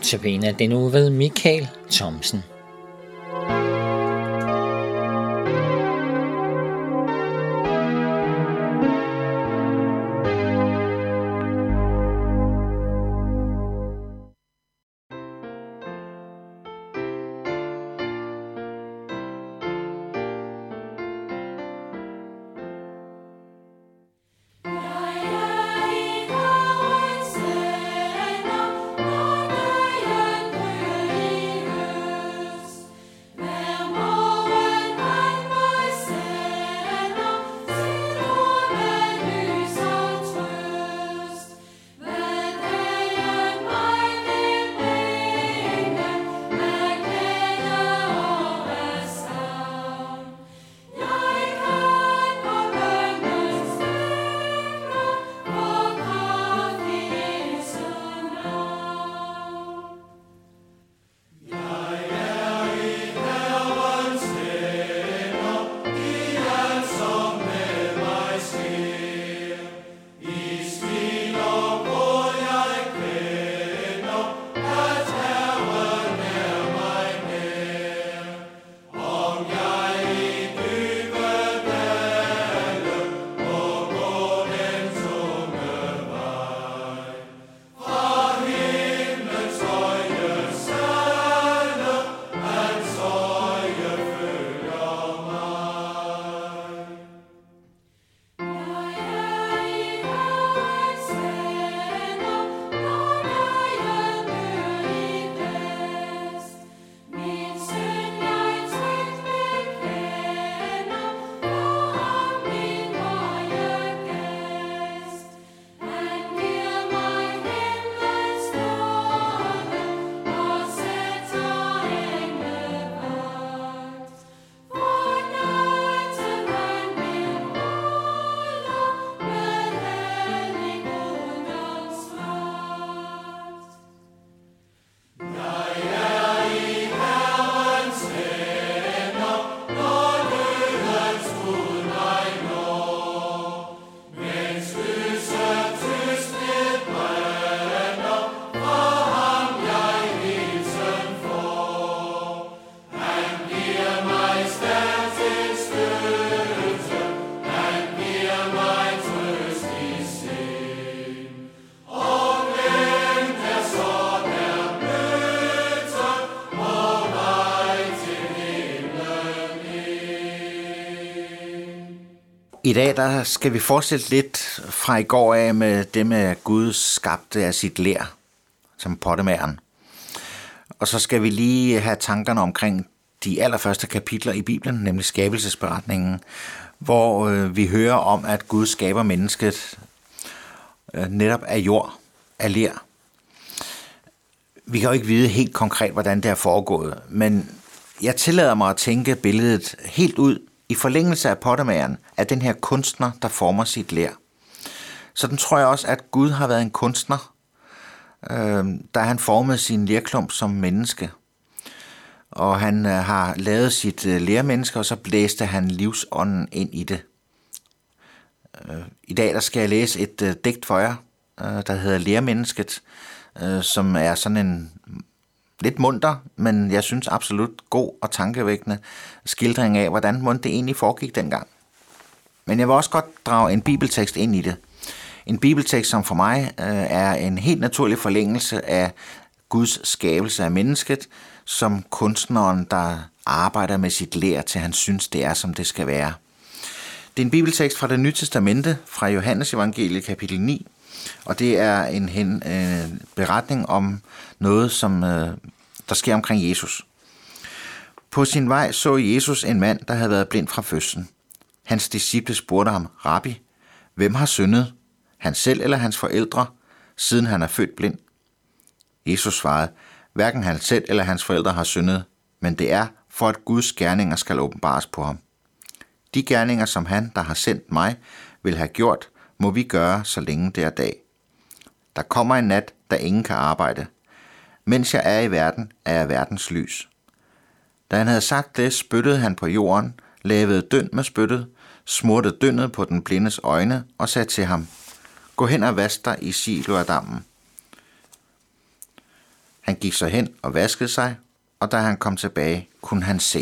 Notabene den uge ved Michael Thomsen. I dag der skal vi fortsætte lidt fra i går af med det med, at Gud skabte af sit ler som pottemageren. Og så skal vi lige have tankerne omkring de allerførste kapitler i Bibelen, nemlig skabelsesberetningen, hvor vi hører om, at Gud skaber mennesket netop af jord, af ler. Vi kan jo ikke vide helt konkret, hvordan det er foregået, men jeg tillader mig at tænke billedet helt ud i forlængelse af pottemageren, af den her kunstner, der former sit ler. Sådan tror jeg også, at Gud har været en kunstner, da han formede sin lerklump som menneske. Og han har lavet sit lermenneske, og så blæste han livsånden ind i det. I dag der skal jeg læse et digt for jer, der hedder Lermennesket, som er sådan en lidt munter, men jeg synes absolut god og tankevækkende skildring af, hvordan det egentlig foregik dengang. Men jeg vil også godt drage en bibeltekst ind i det. En bibeltekst, som for mig er en helt naturlig forlængelse af Guds skabelse af mennesket, som kunstneren, der arbejder med sit ler, til han synes, det er, som det skal være. Det er en bibeltekst fra Det Nye Testamente, fra Johannes Evangeliet kapitel 9, og det er en beretning om noget, som der sker omkring Jesus. På sin vej så Jesus en mand, der havde været blind fra fødslen. Hans disciple spurgte ham, Rabbi, hvem har syndet, han selv eller hans forældre, siden han er født blind? Jesus svarede, hverken han selv eller hans forældre har syndet, men det er for at Guds gerninger skal åbenbares på ham. De gerninger, som han, der har sendt mig, vil have gjort, må vi gøre, så længe det er dag. Der kommer en nat, da ingen kan arbejde. Mens jeg er i verden, er jeg verdens lys. Da han havde sagt det, spyttede han på jorden, lavede døn med spyttet, smurte dønnet på den blindes øjne og sagde til ham, gå hen og vask dig i Siloadammen. Han gik så hen og vaskede sig, og da han kom tilbage, kunne han se.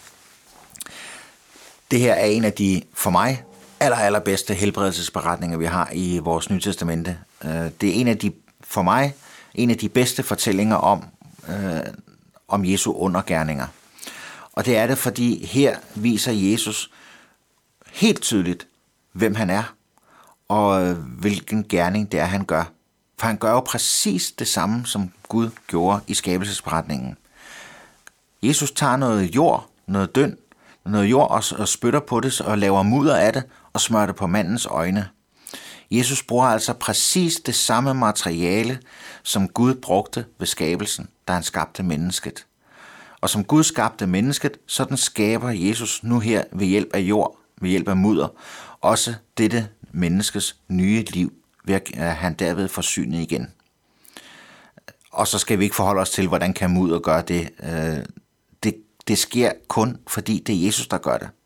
Det her er en af de, for mig, allerbedste helbredelsesberetninger, vi har i vores Nye Testamente. Det er for mig, en af de bedste fortællinger om Jesu undergerninger. Og det er det, fordi her viser Jesus helt tydeligt, hvem han er, og hvilken gerning det er, han gør. For han gør jo præcis det samme, som Gud gjorde i skabelsesberetningen. Jesus tager noget jord, noget jord og spytter på det og laver mudder af det og smører det på mandens øjne. Jesus bruger altså præcis det samme materiale, som Gud brugte ved skabelsen, da han skabte mennesket. Og som Gud skabte mennesket, sådan skaber Jesus nu her ved hjælp af jord, ved hjælp af mudder, også dette menneskes nye liv, ved at han derved forsynet igen. Og så skal vi ikke forholde os til, hvordan kan mudder gøre det. Det sker kun, fordi det er Jesus, der gør det.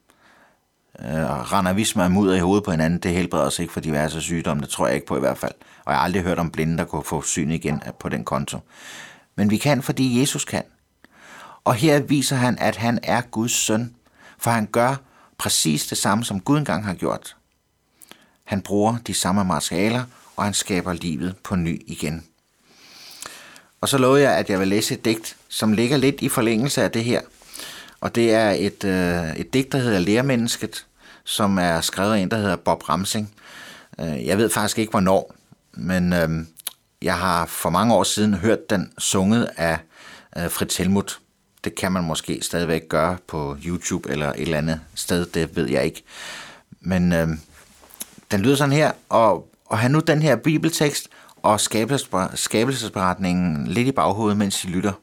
Render vi med mudder i hovedet på hinanden, det helbreder os ikke for diverse sygdomme, det tror jeg ikke på i hvert fald. Og jeg har aldrig hørt om blinde, der kunne få syn igen på den konto. Men vi kan, fordi Jesus kan. Og her viser han, at han er Guds søn, for han gør præcis det samme, som Gud engang har gjort. Han bruger de samme materialer, og han skaber livet på ny igen. Og så lovede jeg, at jeg vil læse et digt, som ligger lidt i forlængelse af det her. Og det er et digt, der hedder Lærmennesket, som er skrevet af en, der hedder Bob Ramsing. Jeg ved faktisk ikke, hvornår, men jeg har for mange år siden hørt den sunget af Fritz Helmuth. Det kan man måske stadigvæk gøre på YouTube eller et eller andet sted, det ved jeg ikke. Men den lyder sådan her, og have nu den her bibeltekst og skabelsesberetningen lidt i baghovedet, mens I lytter.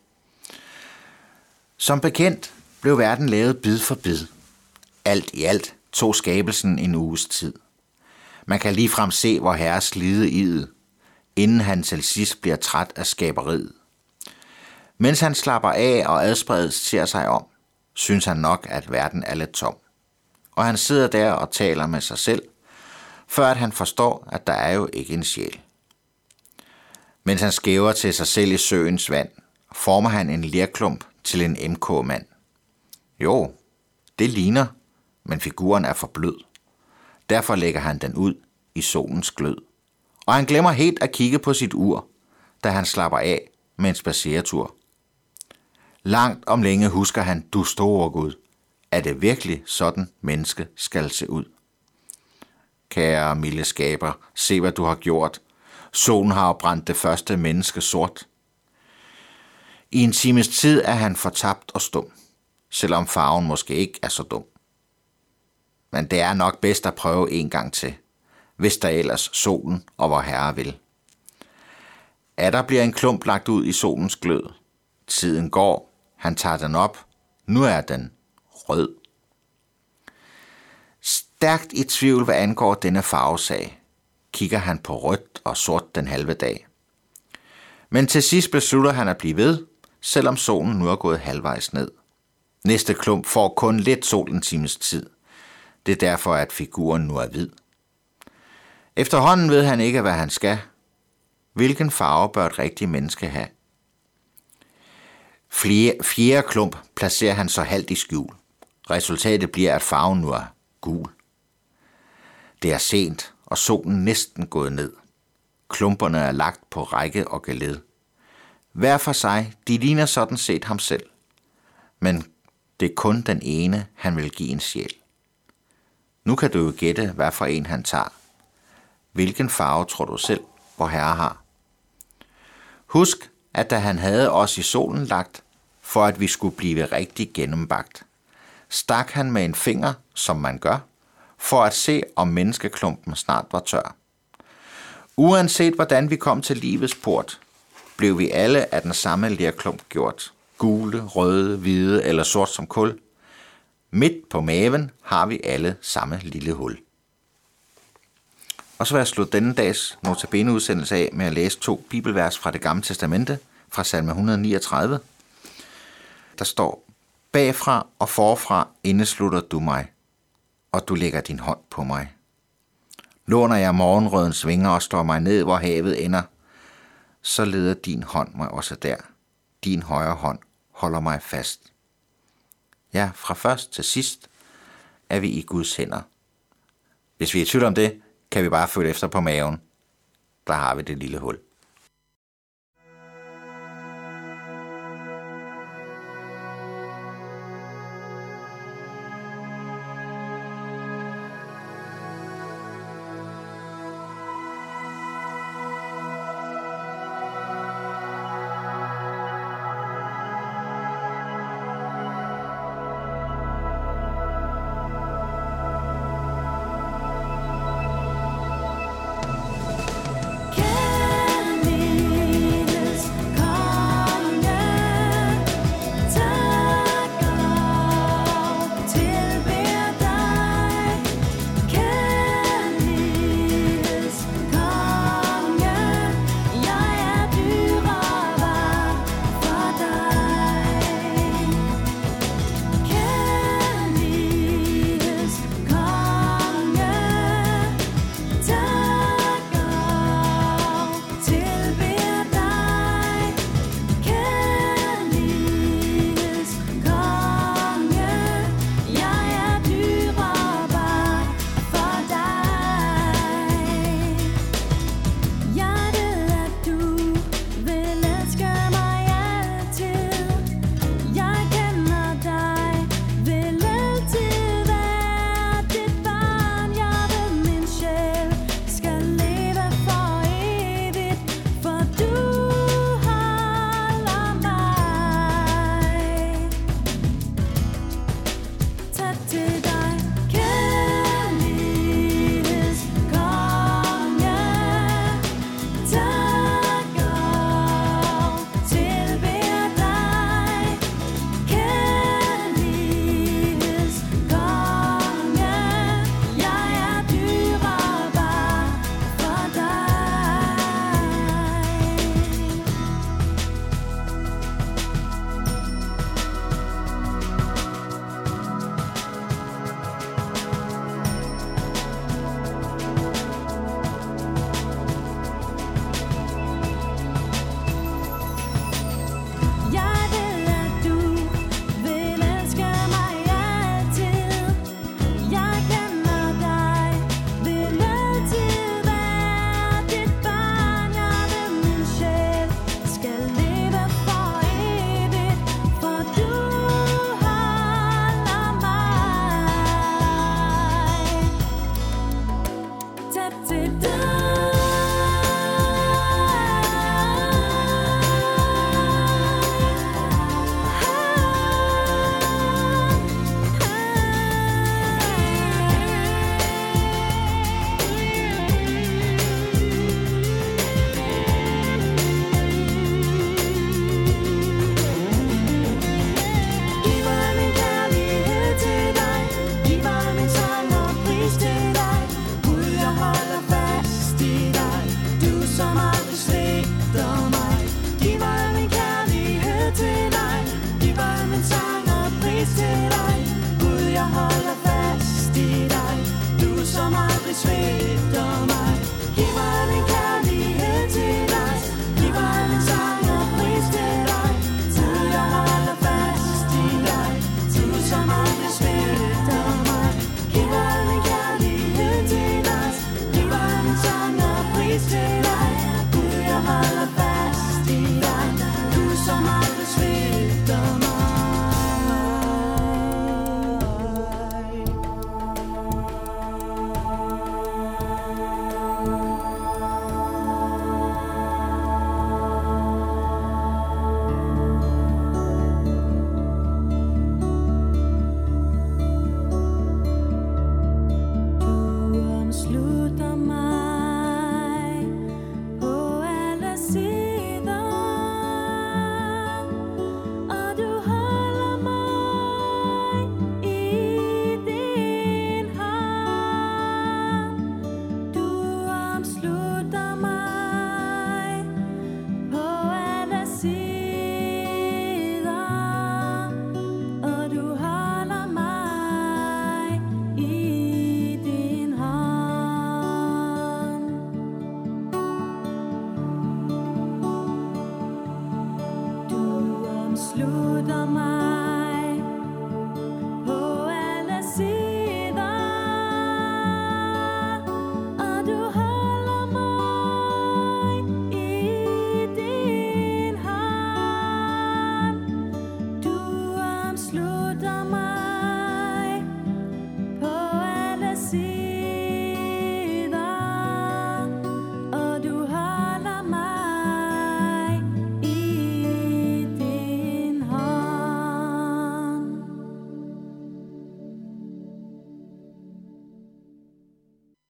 Som bekendt blev verden lavet bid for bid. Alt i alt tog skabelsen en uges tid. Man kan ligefrem se, hvor herre slide idet, inden han til sidst bliver træt af skaberiet. Mens han slapper af og adspredet ser sig om, synes han nok, at verden er lidt tom. Og han sidder der og taler med sig selv, før at han forstår, at der er jo ikke en sjæl. Mens han skæver til sig selv i søens vand, former han en lerklump til en MK-mand. Jo, det ligner, men figuren er for blød. Derfor lægger han den ud i solens glød. Og han glemmer helt at kigge på sit ur, da han slapper af med en spaceretur. Langt om længe husker han, du store Gud, er det virkelig sådan menneske skal se ud. Kære milde skaber, se hvad du har gjort. Solen har brændt det første menneske sort. I en times tid er han fortabt og stum, selvom farven måske ikke er så dum. Men det er nok bedst at prøve en gang til, hvis der ellers solen og vor Herre vil. Der bliver en klump lagt ud i solens glød. Tiden går, han tager den op. Nu er den rød. Stærkt i tvivl, hvad angår denne farvesag, kigger han på rødt og sort den halve dag. Men til sidst beslutter han at blive ved, selvom solen nu er gået halvvejs ned. Næste klump får kun lidt sol en times tid. Det er derfor, at figuren nu er hvid. Efterhånden ved han ikke, hvad han skal. Hvilken farve bør et rigtigt menneske have? Fjerde klump placerer han så halvt i skjul. Resultatet bliver, at farven nu er gul. Det er sent, og solen næsten gået ned. Klumperne er lagt på række og geled. Hver for sig, de ligner sådan set ham selv. Men det er kun den ene, han vil give en sjæl. Nu kan du jo gætte, hvad for en han tager. Hvilken farve tror du selv, vor Herre har? Husk, at da han havde os i solen lagt, for at vi skulle blive rigtig gennembagt, stak han med en finger, som man gør, for at se, om menneskeklumpen snart var tør. Uanset hvordan vi kom til livets port, blev vi alle af den samme lerklump gjort. Gule, røde, hvide eller sort som kul. Midt på maven har vi alle samme lille hul. Og så vil jeg slutte denne dags notabene-udsendelse af med at læse 2 bibelvers fra det gamle testamente, fra salme 139. Der står, bagfra og forfra indeslutter du mig, og du lægger din hånd på mig. Låner jeg morgenrødens vinger og står mig ned, hvor havet ender, så leder din hånd mig også der. din højre hånd holder mig fast. Ja, fra først til sidst er vi i Guds hænder. Hvis vi er i tvivl om det, kan vi bare følge efter på maven. Der har vi det lille hul. omslutter mig.